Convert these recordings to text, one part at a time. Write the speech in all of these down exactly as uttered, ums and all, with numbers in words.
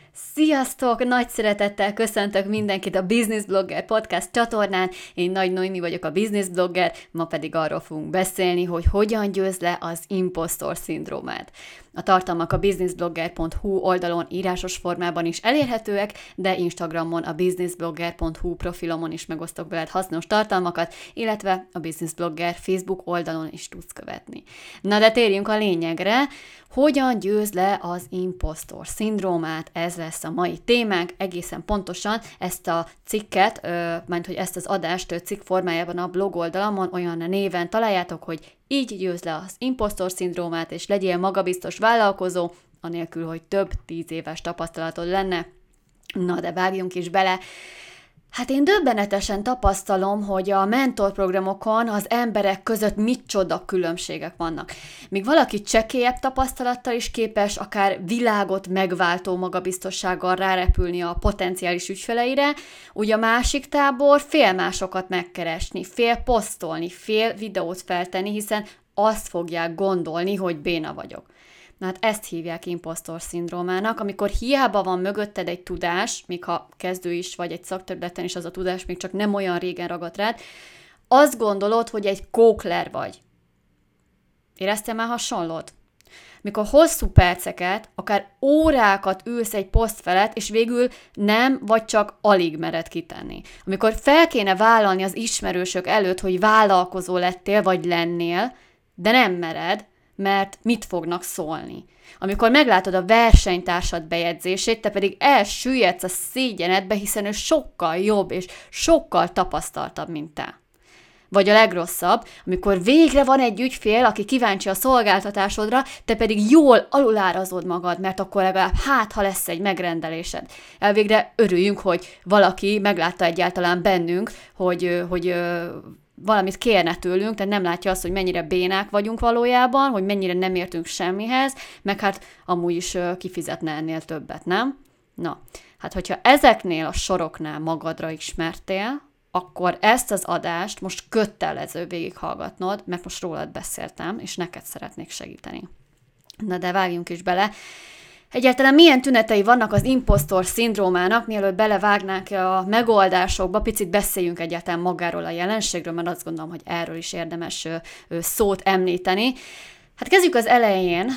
Sziasztok! Nagy szeretettel köszöntök mindenkit a Business Blogger Podcast csatornán. Én Nagy Noémi vagyok, a Business Blogger, ma pedig arról fogunk beszélni, hogy hogyan győz le az impostor szindrómát. A tartalmak a businessblogger pont hu oldalon írásos formában is elérhetőek, de Instagramon a businessblogger pont hu profilomon is megosztok veled hasznos tartalmakat, illetve a Business Blogger Facebook oldalon is tudsz követni. Na de térjünk a lényegre, hogyan győz le az impostor szindrómát, ez lesz a mai témánk, egészen pontosan ezt a cikket, majd hogy ezt az adást cikk formájában a blog oldalamon olyan néven találjátok, hogy így győz le az impostor szindrómát, és legyél magabiztos vállalkozó, anélkül, hogy több tíz éves tapasztalatod lenne. Na de vágjunk is bele. Hát én döbbenetesen tapasztalom, hogy a mentorprogramokon az emberek között micsoda különbségek vannak. Míg valaki csekélyebb tapasztalattal is képes akár világot megváltó magabiztossággal rárepülni a potenciális ügyfeleire, úgy a másik tábor fél másokat megkeresni, fél posztolni, fél videót feltenni, hiszen azt fogják gondolni, hogy béna vagyok. Na hát ezt hívják impostor szindrómának, amikor hiába van mögötted egy tudás, még ha kezdő is vagy egy szakterületen is az a tudás még csak nem olyan régen ragadt rád, azt gondolod, hogy egy kókler vagy. Éreztél már hasonlót? Mikor hosszú perceket, akár órákat ülsz egy poszt felett, és végül nem, vagy csak alig mered kitenni. Amikor fel kéne vállalni az ismerősök előtt, hogy vállalkozó lettél, vagy lennél, de nem mered, mert mit fognak szólni. Amikor meglátod a versenytársad bejegyzését, te pedig elsüllyedsz a szégyenedbe, hiszen ő sokkal jobb és sokkal tapasztaltabb, mint te. Vagy a legrosszabb, amikor végre van egy ügyfél, aki kíváncsi a szolgáltatásodra, te pedig jól alulárazod magad, mert akkor legalább hát, ha lesz egy megrendelésed. Elvégre örüljünk, hogy valaki meglátta egyáltalán bennünk, hogy, hogy valamit kérne tőlünk, tehát nem látja azt, hogy mennyire bénák vagyunk valójában, hogy mennyire nem értünk semmihez, meg hát amúgy is kifizetne ennél többet, nem? Na, hát hogyha ezeknél a soroknál magadra ismertél, akkor ezt az adást most kötelező végighallgatnod, mert most rólad beszéltem, és neked szeretnék segíteni. Na de vágjunk is bele. Egyáltalán milyen tünetei vannak az impostor szindrómának, mielőtt belevágnánk a megoldásokba, picit beszéljünk egyáltalán magáról a jelenségről, mert azt gondolom, hogy erről is érdemes szót említeni. Hát kezdjük az elején.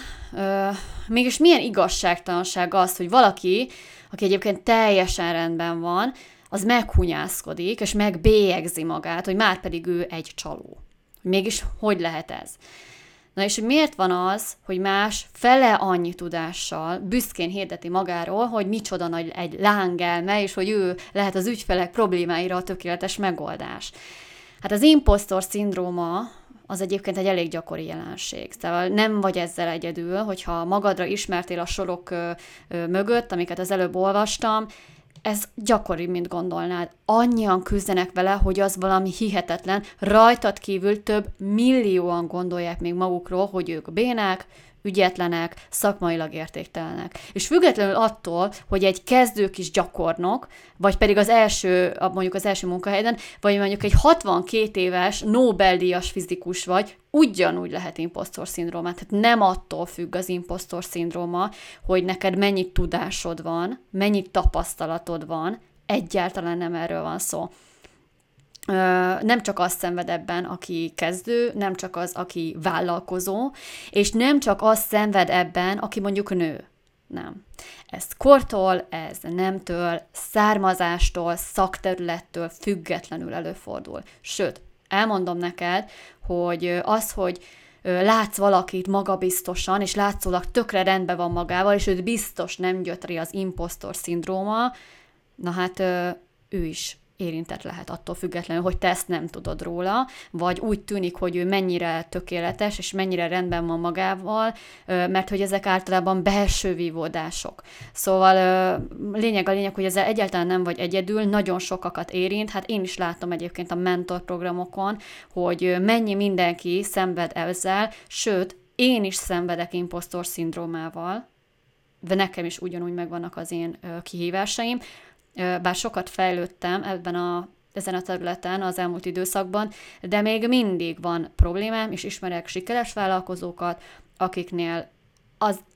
Mégis milyen igazságtalanság az, hogy valaki, aki egyébként teljesen rendben van, az meghunyászkodik, és megbélyegzi magát, hogy már pedig ő egy csaló. Mégis hogy lehet ez? Na és miért van az, hogy más fele annyi tudással büszkén hirdeti magáról, hogy micsoda nagy egy lángelme, és hogy ő lehet az ügyfelek problémáira a tökéletes megoldás. Hát az impostor szindróma az egyébként egy elég gyakori jelenség. Tehát nem vagy ezzel egyedül, hogyha magadra ismertél a sorok ö, ö, mögött, amiket az előbb olvastam, ez gyakori, mint gondolnád. Annyian küzdenek vele, hogy az valami hihetetlen, rajtad kívül több millióan gondolják még magukról, hogy ők bénák, ügyetlenek, szakmailag értéktelenek. És függetlenül attól, hogy egy kezdő kis gyakornok, vagy pedig az első, mondjuk az első munkahelyen, vagy mondjuk egy hatvankét éves Nobel-díjas fizikus vagy, ugyanúgy lehet impostor szindróma. Tehát nem attól függ az impostor szindróma, hogy neked mennyi tudásod van, mennyi tapasztalatod van, egyáltalán nem erről van szó. Nem csak azt szenved ebben, aki kezdő, nem csak az, aki vállalkozó, és nem csak azt szenved ebben, aki mondjuk nő. Nem. Ez kortól, ez nemtől, származástól, szakterülettől függetlenül előfordul. Sőt, elmondom neked, hogy az, hogy látsz valakit magabiztosan, és látszólag tökre rendben van magával, és őt biztos nem gyötri az impostor szindróma, na hát ő is érintett lehet attól függetlenül, hogy te ezt nem tudod róla, vagy úgy tűnik, hogy ő mennyire tökéletes, és mennyire rendben van magával, mert hogy ezek általában belső vívódások. Szóval lényeg a lényeg, hogy ezzel egyáltalán nem vagy egyedül, nagyon sokakat érint, hát én is látom egyébként a mentorprogramokon, hogy mennyi mindenki szenved ezzel, sőt, én is szenvedek impostor szindrómával, de nekem is ugyanúgy megvannak az én kihívásaim, bár sokat fejlődtem ebben a, ezen a területen az elmúlt időszakban, de még mindig van problémám, és ismerek sikeres vállalkozókat, akiknél az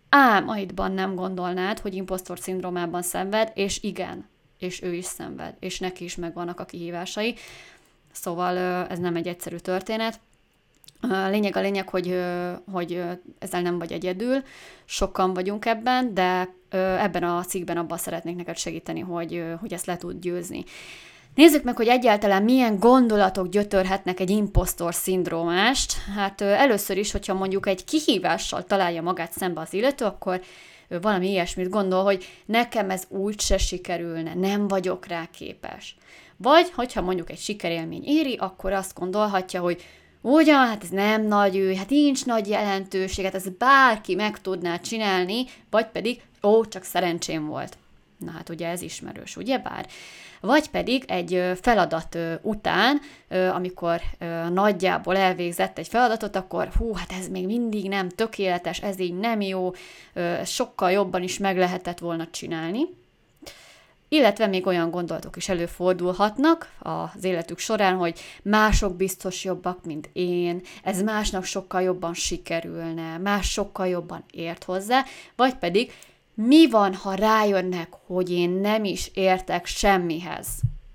álmaidban nem gondolnád, hogy impostor szindrómában szenved, és igen, és ő is szenved, és neki is megvannak a kihívásai. Szóval ez nem egy egyszerű történet. A lényeg a lényeg, hogy, hogy ezzel nem vagy egyedül, sokan vagyunk ebben, de ebben a cikkben abban szeretnék neked segíteni, hogy, hogy ezt le tud győzni. Nézzük meg, hogy egyáltalán milyen gondolatok gyötörhetnek egy impostor szindrómást. Hát először is, hogyha mondjuk egy kihívással találja magát szembe az illető, akkor valami ilyesmit gondol, hogy nekem ez úgy se sikerülne, nem vagyok rá képes. Vagy, hogyha mondjuk egy sikerélmény éri, akkor azt gondolhatja, hogy ugyan, hát ez nem nagy ő, hát nincs nagy jelentőség, hát ez bárki meg tudná csinálni, vagy pedig, ó, csak szerencsém volt. Na hát ugye ez ismerős, ugye bár? Vagy pedig egy feladat után, amikor nagyjából elvégzett egy feladatot, akkor hú, hát ez még mindig nem tökéletes, ez így nem jó, sokkal jobban is meg lehetett volna csinálni. Illetve még olyan gondolatok is előfordulhatnak az életük során, hogy mások biztos jobbak, mint én, ez másnak sokkal jobban sikerülne, más sokkal jobban ért hozzá, vagy pedig mi van, ha rájönnek, hogy én nem is értek semmihez?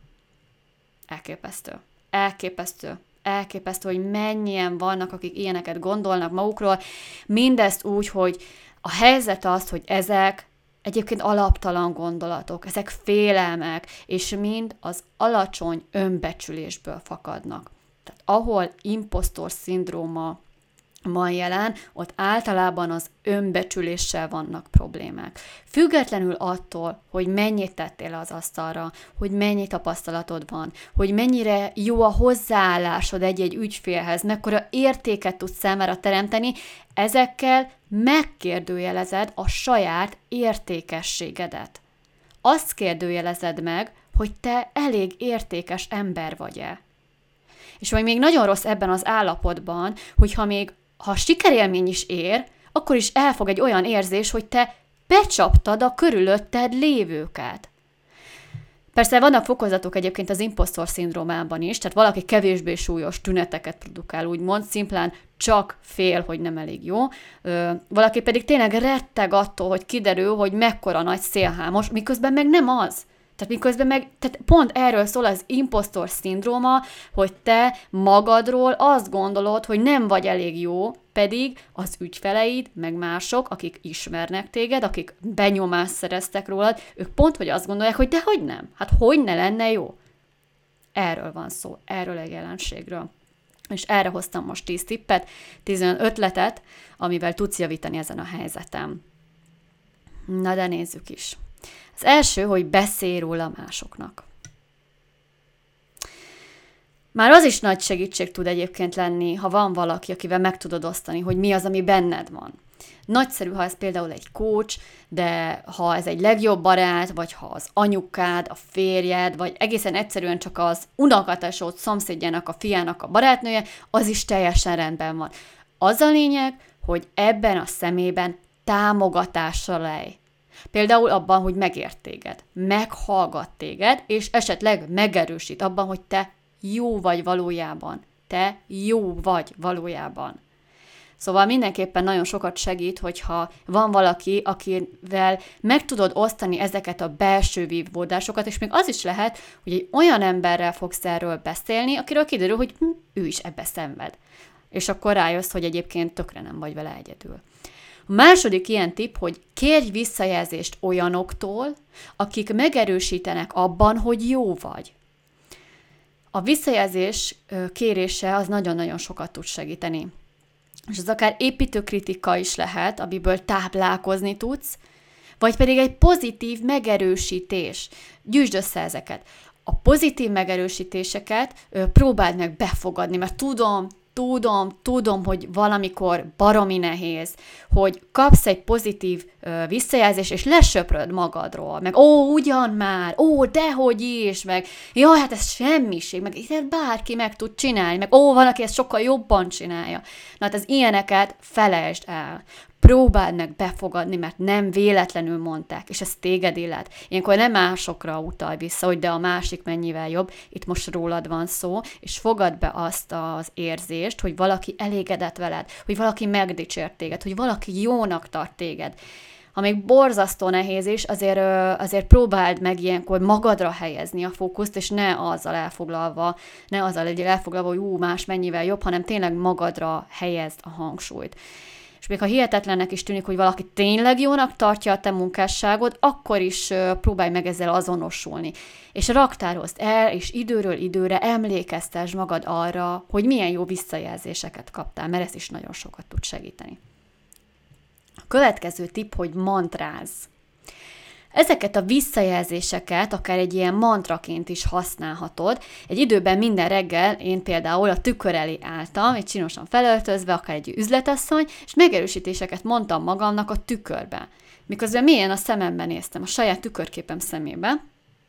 Elképesztő. Elképesztő. Elképesztő, hogy mennyien vannak, akik ilyeneket gondolnak magukról. Mindezt úgy, hogy a helyzet az, hogy ezek egyébként alaptalan gondolatok, ezek félelmek, és mind az alacsony önbecsülésből fakadnak. Tehát ahol impostor szindróma van jelen, ott általában az önbecsüléssel vannak problémák. Függetlenül attól, hogy mennyit tettél az asztalra, hogy mennyi tapasztalatod van, hogy mennyire jó a hozzáállásod egy-egy ügyfélhez, mekkora értéket tudsz számára teremteni, ezekkel megkérdőjelezed a saját értékességedet. Azt kérdőjelezed meg, hogy te elég értékes ember vagy-e. És vagy még nagyon rossz ebben az állapotban, hogyha még ha sikerélmény is ér, akkor is elfog egy olyan érzés, hogy te becsaptad a körülötted lévőket. Persze vannak fokozatok egyébként az impostor szindrómában is, tehát valaki kevésbé súlyos tüneteket produkál, úgymond, szimplán csak fél, hogy nem elég jó. Ö, valaki pedig tényleg retteg attól, hogy kiderül, hogy mekkora nagy szélhámos, miközben meg nem az. Tehát miközben meg, tehát pont erről szól az impostor szindróma, hogy te magadról azt gondolod, hogy nem vagy elég jó, pedig az ügyfeleid, meg mások, akik ismernek téged, akik benyomást szereztek rólad, ők pont, hogy azt gondolják, hogy dehogy nem. Hát hogy ne lenne jó? Erről van szó, erről a jelenségről. És erre hoztam most tíz tippet, tizenöt ötletet, amivel tudsz javítani ezen a helyzeten. Na de nézzük is. Az első, hogy beszélj róla másoknak. Már az is nagy segítség tud egyébként lenni, ha van valaki, akivel meg tudod osztani, hogy mi az, ami benned van. Nagyszerű, ha ez például egy coach, de ha ez egy legjobb barát, vagy ha az anyukád, a férjed, vagy egészen egyszerűen csak az unokatesód szomszédjának, a fiának a barátnője, az is teljesen rendben van. Az a lényeg, hogy ebben a szemében támogatásra lej. Például abban, hogy megért téged, meghallgat téged, és esetleg megerősít abban, hogy te jó vagy valójában. Te jó vagy valójában. Szóval mindenképpen nagyon sokat segít, hogyha van valaki, akivel meg tudod osztani ezeket a belső vívódásokat, és még az is lehet, hogy egy olyan emberrel fogsz erről beszélni, akiről kiderül, hogy hm, ő is ebbe szenved. És akkor rájössz, hogy egyébként tökre nem vagy vele egyedül. A második ilyen tipp, hogy kérj visszajelzést olyanoktól, akik megerősítenek abban, hogy jó vagy. A visszajelzés kérése az nagyon-nagyon sokat tud segíteni. És az akár építőkritika is lehet, amiből táplálkozni tudsz, vagy pedig egy pozitív megerősítés. Gyűjtsd össze ezeket. A pozitív megerősítéseket próbáld meg befogadni, mert tudom, Tudom, tudom, hogy valamikor baromi nehéz, hogy kapsz egy pozitív ö, visszajelzést, és lesöpröd magadról, meg ó, ugyan már, ó, dehogy is, meg jaj, hát ez semmiség, meg ezt bárki meg tud csinálni, meg ó, van, aki ezt sokkal jobban csinálja. Na hát az ilyeneket felejtsd el. próbáld meg befogadni, mert nem véletlenül mondták, és ez téged illet. Ilyenkor nem másokra utalj vissza, hogy de a másik mennyivel jobb, itt most rólad van szó, és fogad be azt az érzést, hogy valaki elégedett veled, hogy valaki megdicsért téged, hogy valaki jónak tart téged. Ha még borzasztó nehéz is, azért, azért próbáld meg ilyenkor magadra helyezni a fókuszt, és ne azzal elfoglalva, ne azzal legyél elfoglalva, hogy ú, más mennyivel jobb, hanem tényleg magadra helyezd a hangsúlyt. És még ha hihetetlennek is tűnik, hogy valaki tényleg jónak tartja a te munkásságod, akkor is próbálj meg ezzel azonosulni. És raktározd el, és időről időre emlékeztesd magad arra, hogy milyen jó visszajelzéseket kaptál, mert ez is nagyon sokat tud segíteni. A következő tipp, hogy mantráz. Ezeket a visszajelzéseket akár egy ilyen mantraként is használhatod. Egy időben minden reggel én például a tükör elé álltam, egy csinosan felöltözve, akár egy üzletasszony, és megerősítéseket mondtam magamnak a tükörbe. Miközben mélyen a szememben néztem, a saját tükörképem szemébe,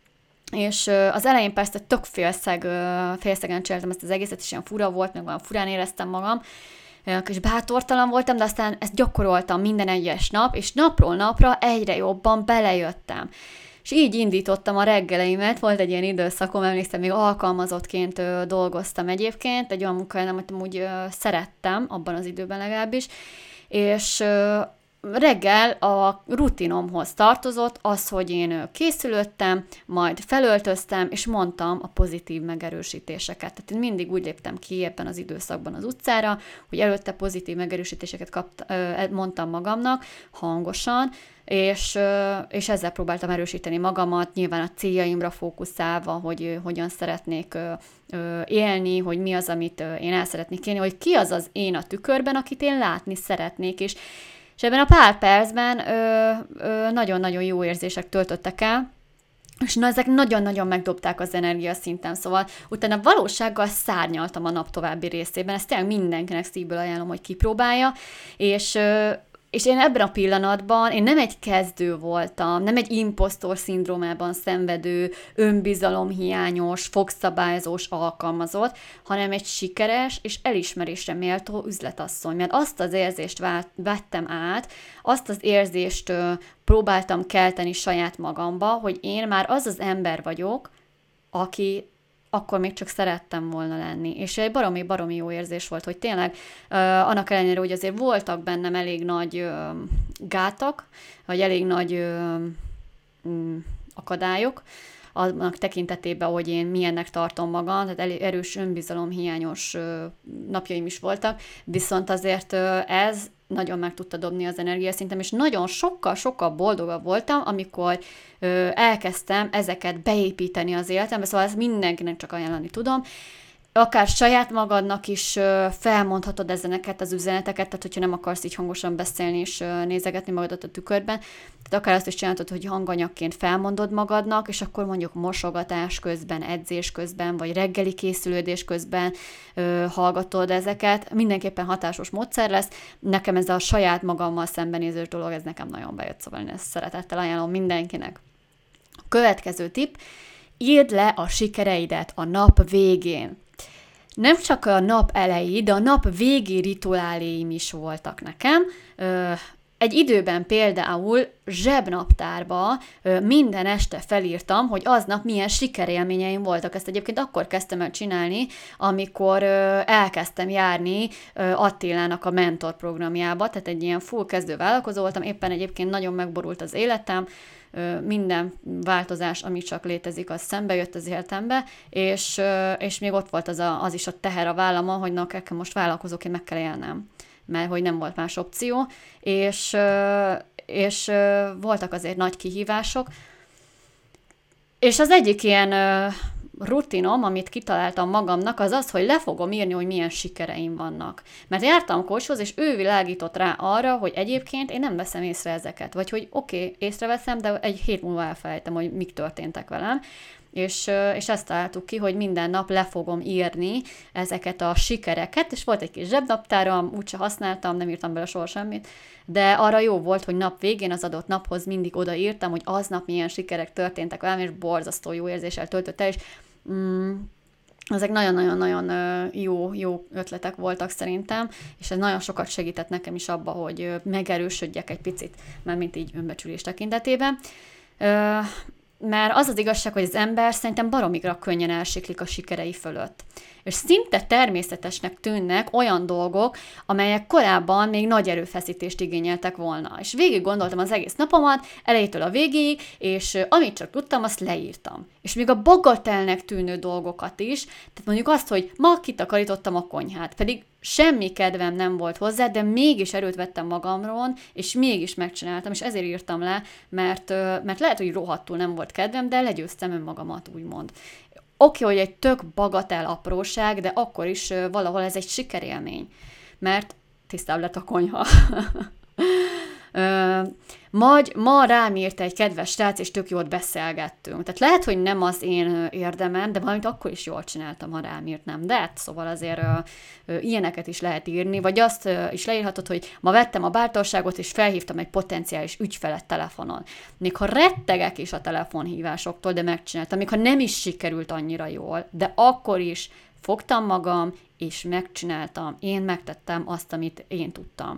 és az elején persze tök félszeg, félszegen csináltam ezt az egészet, és ilyen fura volt, meg olyan furán éreztem magam, és bátortalan voltam, de aztán ezt gyakoroltam minden egyes nap, és napról napra egyre jobban belejöttem. És így indítottam a reggeleimet, volt egy ilyen időszakom, emlékszem, még alkalmazottként ö, dolgoztam egyébként, egy olyan munkahelyen, amit amúgy ö, szerettem, abban az időben legalábbis, és ö, reggel a rutinomhoz tartozott az, hogy én készülöttem, majd felöltöztem, és mondtam a pozitív megerősítéseket. Tehát én mindig úgy léptem ki ebben az időszakban az utcára, hogy előtte pozitív megerősítéseket kapt, mondtam magamnak hangosan, és, és ezzel próbáltam erősíteni magamat, nyilván a céljaimra fókuszálva, hogy hogyan szeretnék élni, hogy mi az, amit én el szeretnék élni, hogy ki az az én a tükörben, akit én látni szeretnék, és És ebben a pár percben ö, ö, nagyon-nagyon jó érzések töltöttek el, és na, ezek nagyon-nagyon megdobták az energiaszintem, szóval utána valósággal szárnyaltam a nap további részében, ezt tényleg mindenkinek szívből ajánlom, hogy kipróbálja, és... Ö, És én ebben a pillanatban, én nem egy kezdő voltam, nem egy imposztor szindrómában szenvedő, önbizalomhiányos, fogszabályozós alkalmazott, hanem egy sikeres és elismerésre méltó üzletasszony. Mert azt az érzést vettem át, azt az érzést ö, próbáltam kelteni saját magamba, hogy én már az az ember vagyok, aki akkor még csak szerettem volna lenni. És egy baromi-baromi jó érzés volt, hogy tényleg uh, annak ellenére, hogy azért voltak bennem elég nagy uh, gátak, vagy elég nagy uh, um, akadályok, annak tekintetében, hogy én milyennek tartom magam, tehát elég erős önbizalomhiányos uh, napjaim is voltak, viszont azért uh, ez nagyon meg tudta dobni az energiaszintem, és nagyon sokkal-sokkal boldogabb voltam, amikor ö, elkezdtem ezeket beépíteni az életembe, szóval ezt mindenkinek csak ajánlani tudom. Akár saját magadnak is ö, felmondhatod ezeket az üzeneteket, tehát hogyha nem akarsz így hangosan beszélni és ö, nézegetni magadat a tükörben, tehát akár azt is csinálhatod, hogy hanganyagként felmondod magadnak, és akkor mondjuk mosogatás közben, edzés közben, vagy reggeli készülődés közben ö, hallgatod ezeket. Mindenképpen hatásos módszer lesz. Nekem ez a saját magammal szembenézős dolog, ez nekem nagyon bejött, szóval én ezt szeretettel ajánlom mindenkinek. A következő tipp, írd le a sikereidet a nap végén. Nem csak a nap elejé, de a nap végi rituáléim is voltak nekem. Egy időben például zsebnaptárba minden este felírtam, hogy aznap milyen sikerélményeim voltak. Ezt egyébként akkor kezdtem el csinálni, amikor elkezdtem járni Attilának a mentor programjába, tehát egy ilyen full kezdő vállalkozó voltam, éppen egyébként nagyon megborult az életem, minden változás, ami csak létezik, az szembe jött az életembe, és, és még ott volt az, a, az is a teher a vállamon, hogy na, nekem most vállalkozóként meg kell élnem, mert hogy nem volt más opció, és, és voltak azért nagy kihívások, és az egyik ilyen rutinom, amit kitaláltam magamnak, az az, hogy le fogom írni, hogy milyen sikereim vannak. Mert jártam coachhoz, és ő világított rá arra, hogy egyébként én nem veszem észre ezeket. Vagy hogy oké, okay, észreveszem, de egy hét múlva elfelejtem, hogy mik történtek velem. És, és ezt találtuk ki, hogy minden nap le fogom írni ezeket a sikereket, és volt egy kis zsebnaptáram, úgyse használtam, nem írtam bele soha semmit, de arra jó volt, hogy nap végén az adott naphoz mindig odaírtam, hogy aznap milyen sikerek történtek velem, és borzasztó jó érzéssel töltött el, és mm, Ezek nagyon-nagyon-nagyon jó, jó ötletek voltak szerintem, és ez nagyon sokat segített nekem is abba, hogy megerősödjek egy picit, mert mint így önbecsülés tekintetében. Mert az az igazság, hogy az ember szerintem baromira könnyen elsiklik a sikerei fölött. És szinte természetesnek tűnnek olyan dolgok, amelyek korábban még nagy erőfeszítést igényeltek volna. És végig gondoltam az egész napomat, elejétől a végéig, és amit csak tudtam, azt leírtam. És még a bagatelnek tűnő dolgokat is, tehát mondjuk azt, hogy ma kitakarítottam a konyhát, pedig semmi kedvem nem volt hozzá, de mégis erőt vettem magamról, és mégis megcsináltam, és ezért írtam le, mert, mert lehet, hogy rohadtul nem volt kedvem, de legyőztem önmagamat, úgymond. Oké, okay, hogy egy tök bagatel apróság, de akkor is valahol ez egy sikerélmény, mert tisztább lett a konyha. Ma, ma rám írt egy kedves srác, és tök jót beszélgettünk. Tehát lehet, hogy nem az én érdemem, de valamit akkor is jól csináltam, ha rám írt, nem. De hát, szóval azért ö, ö, ilyeneket is lehet írni, vagy azt ö, is leírhatod, hogy ma vettem a bátorságot, és felhívtam egy potenciális ügyfelet telefonon. Még ha rettegek is a telefonhívásoktól, de megcsináltam, még ha nem is sikerült annyira jól, de akkor is fogtam magam, és megcsináltam. Én megtettem azt, amit én tudtam.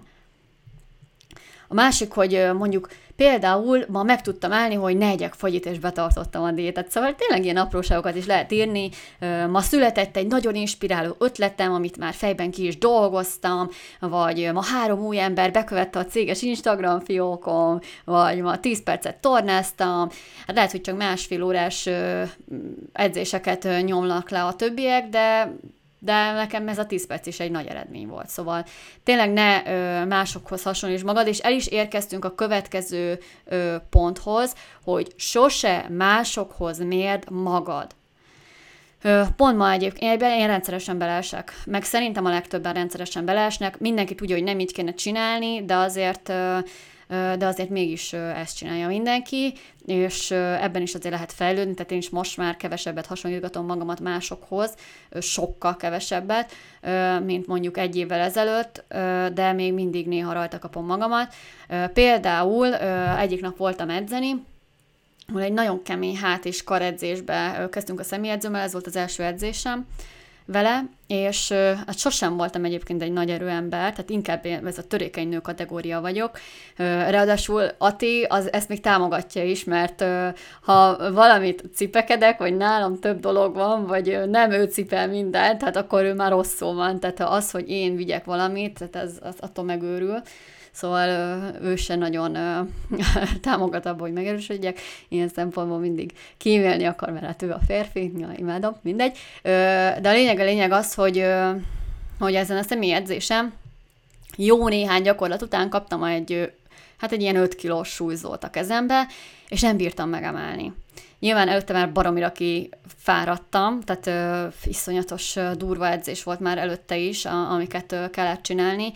A másik, hogy mondjuk például ma meg tudtam állni, hogy ne egyek fagyit, és betartottam a diétát. Szóval tényleg ilyen apróságokat is lehet írni. Ma született egy nagyon inspiráló ötletem, amit már fejben ki is dolgoztam, vagy ma három új ember bekövette a céges Instagram fiókom, vagy ma tíz percet tornáztam. Hát lehet, hogy csak másfél órás edzéseket nyomnak le a többiek, de de nekem ez a tíz perc is egy nagy eredmény volt. Szóval tényleg ne ö, másokhoz hasonlíts magad, és el is érkeztünk a következő ö, ponthoz, hogy sose másokhoz mérd magad. Ö, pont ma egyébként én, én rendszeresen beleesek, meg szerintem a legtöbben rendszeresen beleesnek, mindenki tudja, hogy nem így kéne csinálni, de azért... Ö, de azért mégis ezt csinálja mindenki, és ebben is azért lehet fejlődni, tehát én is most már kevesebbet hasonlítgatom magamat másokhoz, sokkal kevesebbet, mint mondjuk egy évvel ezelőtt, de még mindig néha rajta kapom magamat. Például egyik nap voltam edzeni, ahol egy nagyon kemény hát- és karedzésbe kezdtünk a személyedzőmmel, ez volt az első edzésem vele, és hát sosem voltam egyébként egy nagy erőember, tehát inkább ez a törékeny nő kategória vagyok. Ráadásul Ati az, ezt még támogatja is, mert ha valamit cipekedek, vagy nálam több dolog van, vagy nem ő cipel mindent, tehát akkor ő már rosszul van. Tehát az, hogy én vigyek valamit, tehát ez, az attól megőrül. Szóval ő se nagyon támogat abban, hogy megerősödjek. Ilyen szempontból mindig kímélni akar, mert hát ő a férfi, ja, imádom, mindegy. De a lényeg, a lényeg az, hogy, hogy ezen a személyedzésem jó néhány gyakorlat után kaptam egy, hát egy ilyen öt kilós súlyzót a kezembe, és nem bírtam megemelni. Nyilván előtte már baromira kifáradtam, tehát ö, iszonyatos durva edzés volt már előtte is, a, amiket ö, kellett csinálni,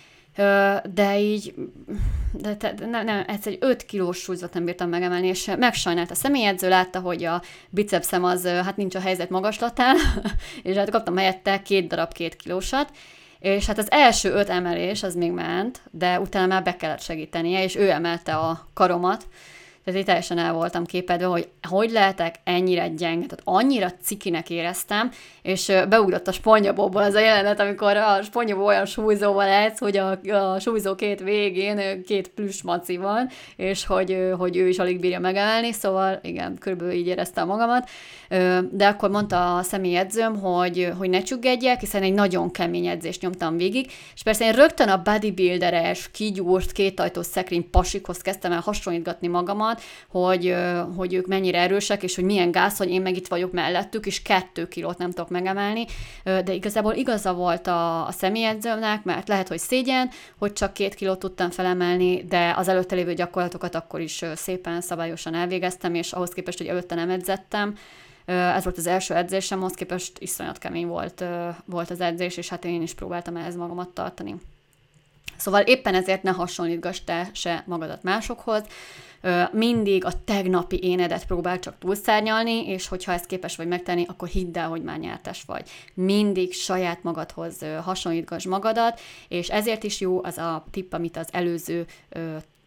de így, de te, nem, nem, egyszer egy öt kilós súlyzat nem bírtam megemelni, és megsajnált a személyedző, látta, hogy a bicepszem az, hát nincs a helyzet magaslatán, és hát kaptam helyette két darab két kilósat, és hát az első öt emelés az még ment, de utána már be kellett segítenie, és ő emelte a karomat, tehát így teljesen el voltam képedve, hogy hogy lehetek ennyire gyenge, tehát annyira cikinek éreztem, és beugrott a spongybobból az a jelenet, amikor a spongyob olyan súlyzóval edz, hogy a, a súlyzó két végén két plüss maci van, és hogy, hogy ő is alig bírja megemelni, szóval igen, körülbelül így éreztem magamat, de akkor mondta a személyedzőm, hogy, hogy ne csüggedjek, hiszen egy nagyon kemény edzést nyomtam végig, és persze én rögtön a bodybuilderes, kigyúrt, kétajtós szekrény pasikhoz kezdtem el hasonlítgatni magamat, hogy, hogy ők mennyire erősek, és hogy milyen gáz, hogy én meg itt vagyok mellettük, és kettő kilót nem tudok megemelni, de igazából igaza volt a, a személyedzőmnek, mert lehet, hogy szégyen, hogy csak két kilót tudtam felemelni, de az előtte lévő gyakorlatokat akkor is szépen, szabályosan elvégeztem, és ahhoz képest, hogy előtte nem edzettem, ez volt az első edzésem, ahhoz képest iszonyat kemény volt, volt az edzés, és hát én is próbáltam ehhez magamat tartani. Szóval éppen ezért ne hasonlítgass te se magadat másokhoz, mindig a tegnapi énedet próbál csak túlszárnyalni, és hogyha ezt képes vagy megtenni, akkor hidd el, hogy már nyertes vagy. Mindig saját magadhoz hasonlítgass magadat, és ezért is jó az a tipp, amit az előző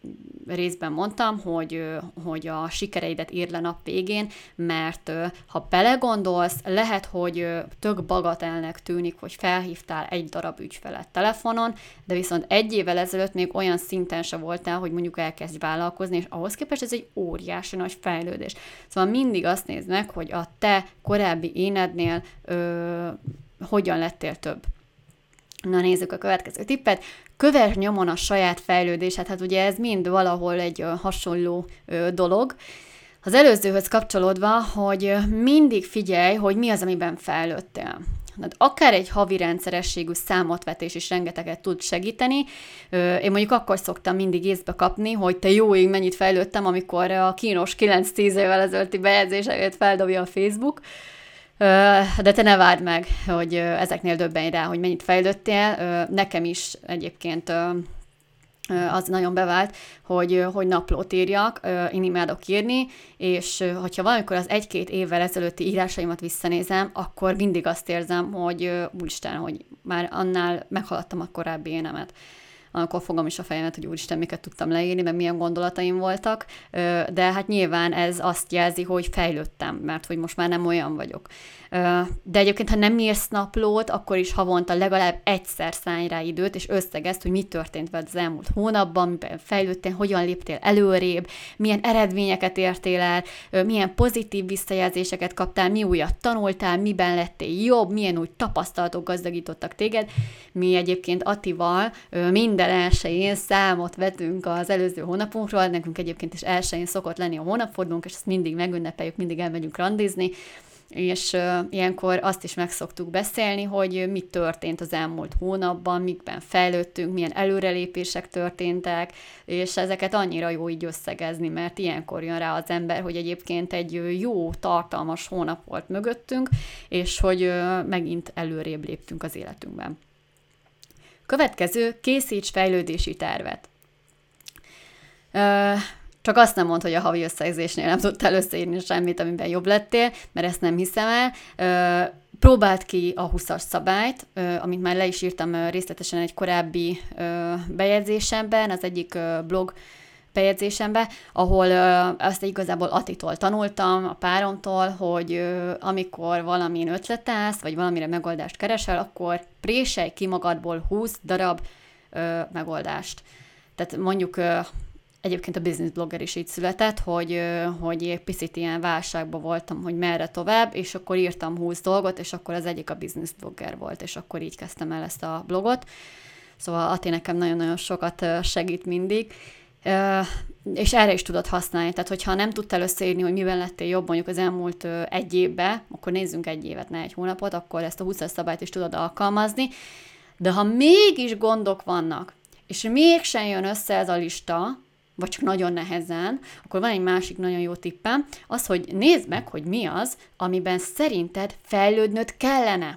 részben mondtam, hogy, hogy a sikereidet írd le nap végén, mert ha belegondolsz, lehet, hogy tök bagatelnek tűnik, hogy felhívtál egy darab ügyfelet telefonon, de viszont egy évvel ezelőtt még olyan szinten se voltál, hogy mondjuk elkezdj vállalkozni, és ahhoz képest ez egy óriási nagy fejlődés. Szóval mindig azt nézd meg, hogy a te korábbi énednél ö, hogyan lettél több. Na nézzük a következő tippet. Kövess nyomon a saját fejlődésed, hát ugye ez mind valahol egy ö, hasonló ö, dolog. Az előzőhöz kapcsolódva, hogy mindig figyelj, hogy mi az, amiben fejlődtél. Hát akár egy havi rendszerességű számotvetés is rengeteget tud segíteni. Én mondjuk akkor szoktam mindig észbe kapni, hogy te jó ég mennyit fejlődtem, amikor a kínos kilenc-tíz évvel ezelőtti bejegyzéseket feldobja a Facebook. De te ne várd meg, hogy ezeknél döbbenj rá, hogy mennyit fejlődtél. Nekem is egyébként az nagyon bevált, hogy, hogy naplót írjak, én imádok írni, és hogyha valamikor az egy-két évvel ezelőtti írásaimat visszanézem, akkor mindig azt érzem, hogy úristen, hogy már annál meghaladtam a korábbi énemet. Amikor fogom is a fejemet, hogy úristen, miket tudtam leírni, meg milyen gondolataim voltak, de hát nyilván ez azt jelzi, hogy fejlődtem, mert hogy most már nem olyan vagyok. De egyébként, ha nem írsz naplót, akkor is havonta legalább egyszer szállj rá időt, és összegezd, hogy mi történt veled az elmúlt hónapban, miben fejlődtél, hogyan léptél előrébb, milyen eredményeket értél el, milyen pozitív visszajelzéseket kaptál, mi újat tanultál, miben lettél jobb, milyen új tapasztalatok gazdagítottak téged. Mi egyébként Attival minden elsőjén számot vetünk az előző hónapunkról, nekünk egyébként is elsőjén szokott lenni a hónapfordulónk, és ezt mindig megünnepeljük, mindig elmegyünk randizni, és uh, ilyenkor azt is meg szoktuk beszélni, hogy mi történt az elmúlt hónapban, mikben fejlődtünk, milyen előrelépések történtek, és ezeket annyira jó így összegezni, mert ilyenkor jön rá az ember, hogy egyébként egy jó, tartalmas hónap volt mögöttünk, és hogy uh, megint előrébb léptünk az életünkben. Következő, készíts fejlődési tervet. Uh, Csak azt nem mondd, hogy a havi összegzésnél nem tudtál összeírni semmit, amiben jobb lettél, mert ezt nem hiszem el. Próbáld ki a húszas szabályt, amit már le is írtam részletesen egy korábbi bejegyzésemben, az egyik blog bejegyzésemben, ahol azt igazából Attitól tanultam, a páromtól, hogy amikor valamin ötletelsz, vagy valamire megoldást keresel, akkor préselj ki magadból húsz darab megoldást. Tehát mondjuk egyébként a business blogger is így született, hogy, hogy egy picit ilyen válságban voltam, hogy merre tovább, és akkor írtam húsz dolgot, és akkor az egyik a business blogger volt, és akkor így kezdtem el ezt a blogot. Szóval Ati nekem nagyon-nagyon sokat segít mindig, és erre is tudod használni. Tehát, hogyha nem tudtál összeírni, hogy miben lettél jobb mondjuk az elmúlt egy évben, akkor nézzünk egy évet, ne egy hónapot, akkor ezt a húszas szabályt is tudod alkalmazni. De ha mégis gondok vannak, és mégsem jön össze ez a lista, vagy csak nagyon nehezen, akkor van egy másik nagyon jó tippem, az, hogy nézd meg, hogy mi az, amiben szerinted fejlődnöd kellene.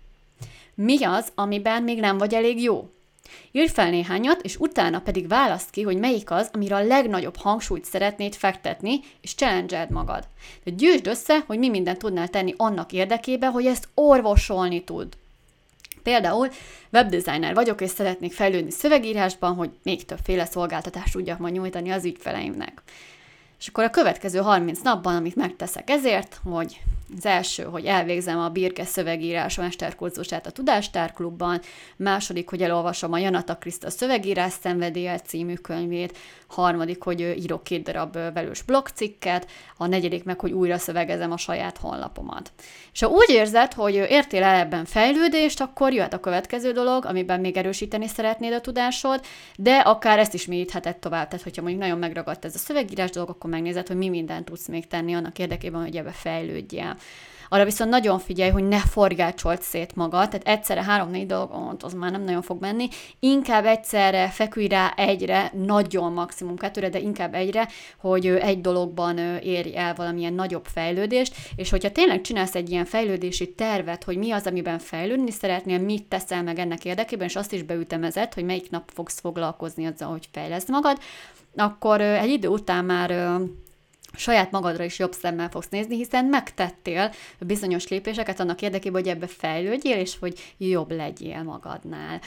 Mi az, amiben még nem vagy elég jó. Írj fel néhányat, és utána pedig válaszd ki, hogy melyik az, amire a legnagyobb hangsúlyt szeretnéd fektetni, és challenge-eld magad. De gyűjtsd össze, hogy mi mindent tudnál tenni annak érdekében, hogy ezt orvosolni tud. Például webdesigner vagyok, és szeretnék fejlődni szövegírásban, hogy még többféle szolgáltatást tudjak majd nyújtani az ügyfeleimnek. És akkor a következő harminc napban, amit megteszek ezért, hogy az első, hogy elvégzem a Birke szövegírás mesterkurzusát a Tudástárklubban, második, hogy elolvasom a Janata Kriszta szövegírás szenvedéllyel című könyvét, harmadik, hogy írok két darab velős blogcikket, a negyedik meg, hogy újra szövegezem a saját honlapomat. És ha úgy érzed, hogy értél el ebben fejlődést, akkor jöhet a következő dolog, amiben még erősíteni szeretnéd a tudásod, de akár ezt is mélyítheted tovább. Tehát, hogyha mondjuk nagyon megragadt ez a szövegírás dolog, akkor megnézed, hogy mi mindent tudsz még tenni annak érdekében, hogy ebbe fejlődjél. Arra viszont nagyon figyelj, hogy ne forgácsold szét magad, tehát egyszerre három-négy dolgot, az már nem nagyon fog menni, inkább egyszerre fekülj rá egyre, nagyon maximum kettőre, de inkább egyre, hogy egy dologban érj el valamilyen nagyobb fejlődést, és hogyha tényleg csinálsz egy ilyen fejlődési tervet, hogy mi az, amiben fejlődni szeretnél, mit teszel meg ennek érdekében, és azt is beütemezed, hogy melyik nap fogsz foglalkozni azzal, hogy fejleszd magad, akkor egy idő után már saját magadra is jobb szemmel fogsz nézni, hiszen megtettél bizonyos lépéseket annak érdekében, hogy ebbe fejlődjél, és hogy jobb legyél magadnál.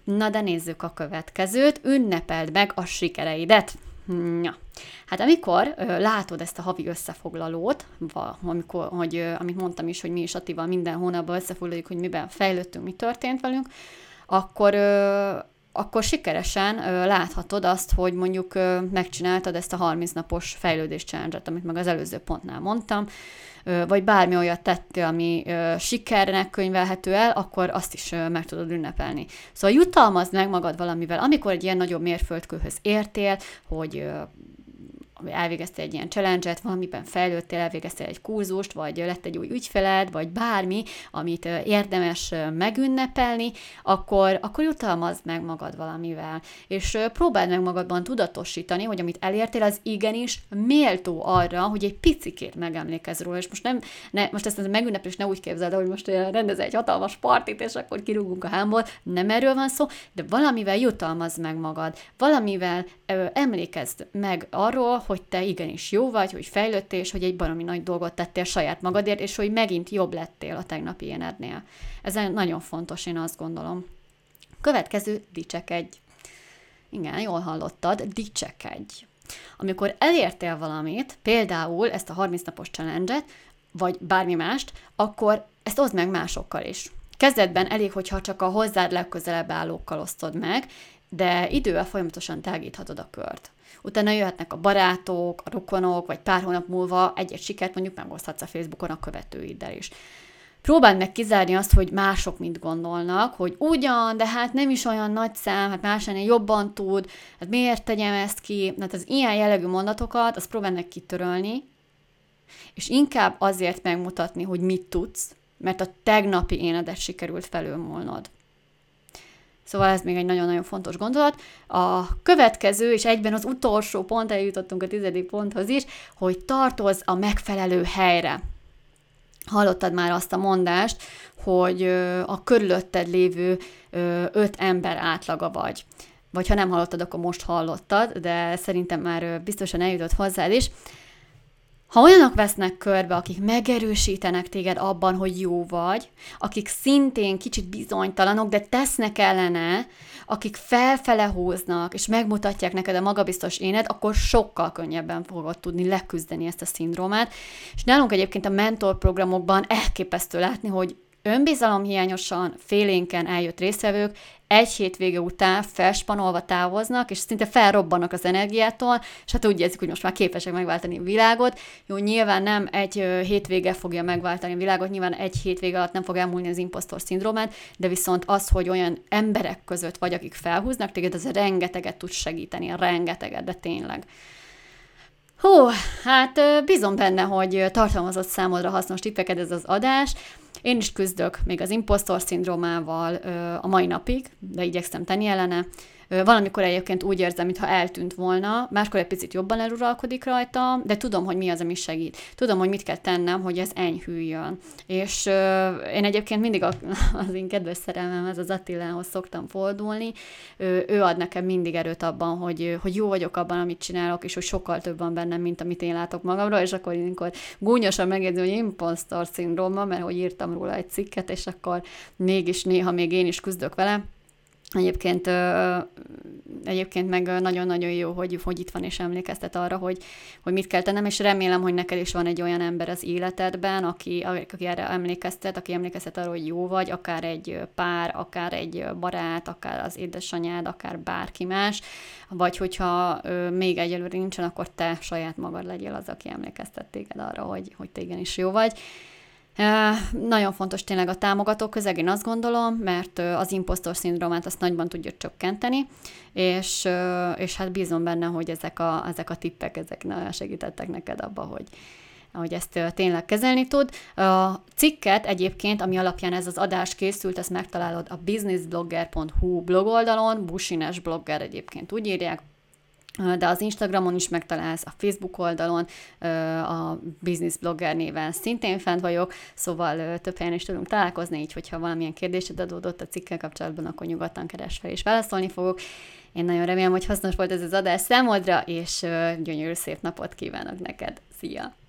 Na de nézzük a következőt, ünnepeld meg a sikereidet. Ja. Hát amikor ö, látod ezt a havi összefoglalót, va, amikor, hogy, ö, amit mondtam is, hogy mi is Attival minden hónapban összefoglaljuk, hogy miben fejlődtünk, mi történt velünk, akkor, ö, akkor sikeresen ö, láthatod azt, hogy mondjuk ö, megcsináltad ezt a harminc napos fejlődés challenge-et, amit meg az előző pontnál mondtam, ö, vagy bármi olyat tettél, ami ö, sikernek könyvelhető el, akkor azt is ö, meg tudod ünnepelni. Szóval jutalmazd meg magad valamivel, amikor egy ilyen nagyobb mérföldkőhöz értél, hogy ö, elvégeztél egy ilyen challenge-et, valamiben fejlődtél, elvégeztél egy kurzust, vagy lett egy új ügyfeled, vagy bármi, amit érdemes megünnepelni, akkor, akkor jutalmazd meg magad valamivel. És próbáld meg magadban tudatosítani, hogy amit elértél, az igenis méltó arra, hogy egy picikét megemlékezz róla. És most, nem, ne, most ezt a megünneplés ne úgy képzeld, hogy most rendez egy hatalmas partit, és akkor kirúgunk a hámból. Nem erről van szó, de valamivel jutalmazd meg magad. Valamivel ö, emlékezd meg arról, hogy te igenis jó vagy, hogy fejlődtél, és hogy egy baromi nagy dolgot tettél saját magadért, és hogy megint jobb lettél a tegnapi énednél. Ez nagyon fontos, én azt gondolom. Következő, dicsekedj. Igen, jól hallottad, dicsekedj. Amikor elértél valamit, például ezt a harminc napos challenge-et, vagy bármi mást, akkor ezt oszd meg másokkal is. Kezdetben elég, hogyha csak a hozzád legközelebb állókkal osztod meg, de idővel folyamatosan tágíthatod a kört. Utána jöhetnek a barátok, a rokonok, vagy pár hónap múlva egy-egy sikert mondjuk megoszthatsz a Facebookon a követőiddel is. Próbáld meg kizárni azt, hogy mások mit gondolnak, hogy ugyan, de hát nem is olyan nagy szám, hát más ennél jobban tud, hát miért tegyem ezt ki, hát az ilyen jellegű mondatokat, azt próbáld meg kitörölni, és inkább azért megmutatni, hogy mit tudsz, mert a tegnapi énedet sikerült felülmúlnod. Szóval ez még egy nagyon-nagyon fontos gondolat. A következő, és egyben az utolsó pont, eljutottunk a tizedik ponthoz is, hogy tartozz a megfelelő helyre. Hallottad már azt a mondást, hogy a körülötted lévő öt ember átlaga vagy. Vagy ha nem hallottad, akkor most hallottad, de szerintem már biztosan eljutott hozzád is. Ha olyanok vesznek körbe, akik megerősítenek téged abban, hogy jó vagy, akik szintén kicsit bizonytalanok, de tesznek ellene, akik felfele húznak, és megmutatják neked a magabiztos éned, akkor sokkal könnyebben fogod tudni leküzdeni ezt a szindrómát. És nálunk egyébként a mentorprogramokban elképesztő látni, hogy önbizalomhiányosan, félénken eljött résztvevők egy hétvége után felspanolva távoznak, és szinte felrobbannak az energiától, és hát úgy érzik, hogy most már képesek megváltani a világot. Jó, nyilván nem egy hétvége fogja megváltani a világot, nyilván egy hétvége alatt nem fog elmúlni az impostor szindrómát, de viszont az, hogy olyan emberek között vagy, akik felhúznak téged, az rengeteget tud segíteni, rengeteget, de tényleg. Hú, hát bízom benne, hogy tartalmazott számodra hasznos tippeket ez az adás. Én is küzdök még az impostor szindrómával a mai napig, de igyekszem tenni ellene. Valamikor egyébként úgy érzem, mintha eltűnt volna, máskor egy picit jobban eluralkodik rajta, de tudom, hogy mi az, ami segít. Tudom, hogy mit kell tennem, hogy ez enyhüljön. És uh, én egyébként mindig a, az én kedves szerelmemhez, az Attilához szoktam fordulni. Ő, ő ad nekem mindig erőt abban, hogy, hogy jó vagyok abban, amit csinálok, és hogy sokkal több van bennem, mint amit én látok magamról, és akkor ilyenkor gúnyosan megjegyzem, hogy impostor szindróma, mert hogy írtam róla egy cikket, és akkor mégis néha még én is küzdök vele. Egyébként, ö, egyébként meg nagyon-nagyon jó, hogy, hogy itt van és emlékeztet arra, hogy, hogy mit kell tennem, és remélem, hogy neked is van egy olyan ember az életedben, aki, aki erre emlékeztet, aki emlékeztet arra, hogy jó vagy, akár egy pár, akár egy barát, akár az édesanyád, akár bárki más, vagy hogyha ö, még egyelőre nincsen, akkor te saját magad legyél az, aki emlékeztet téged arra, hogy, hogy te igenis jó vagy. Uh, nagyon fontos tényleg a támogató közeg, én azt gondolom, mert uh, az impostor szindrómát azt nagyban tudja csökkenteni, és, uh, és hát bízom benne, hogy ezek a, ezek a tippek, ezek segítettek neked abba, hogy, hogy ezt uh, tényleg kezelni tud. A cikket egyébként, ami alapján ez az adás készült, ezt megtalálod a businessblogger pont hu blogoldalon, Busines blogger egyébként úgy írják, de az Instagramon is megtalálsz, a Facebook oldalon, a Business Blogger néven szintén fent vagyok, szóval több helyen is tudunk találkozni, így hogyha valamilyen kérdésed adódott a cikkel kapcsolatban, akkor nyugodtan keresd fel és válaszolni fogok. Én nagyon remélem, hogy hasznos volt ez az adás számodra, és gyönyörű szép napot kívánok neked. Szia!